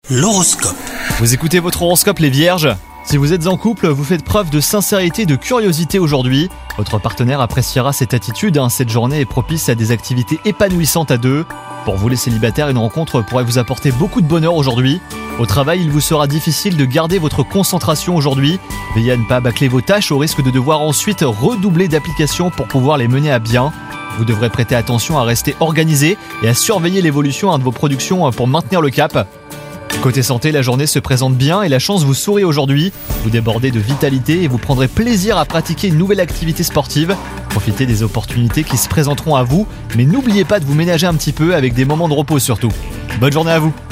L'horoscope. Vous écoutez votre horoscope les vierges ? Si vous êtes en couple, vous faites preuve de sincérité et de curiosité aujourd'hui. Votre partenaire appréciera cette attitude, cette journée est propice à des activités épanouissantes à deux. Pour vous les célibataires, une rencontre pourrait vous apporter beaucoup de bonheur aujourd'hui. Au travail, il vous sera difficile de garder votre concentration aujourd'hui. Veillez à ne pas bâcler vos tâches au risque de devoir ensuite redoubler d'applications pour pouvoir les mener à bien. Vous devrez prêter attention à rester organisé et à surveiller l'évolution de vos productions pour maintenir le cap. Côté santé, la journée se présente bien et la chance vous sourit aujourd'hui. Vous débordez de vitalité et vous prendrez plaisir à pratiquer une nouvelle activité sportive. Profitez des opportunités qui se présenteront à vous, mais n'oubliez pas de vous ménager un petit peu avec des moments de repos surtout. Bonne journée à vous!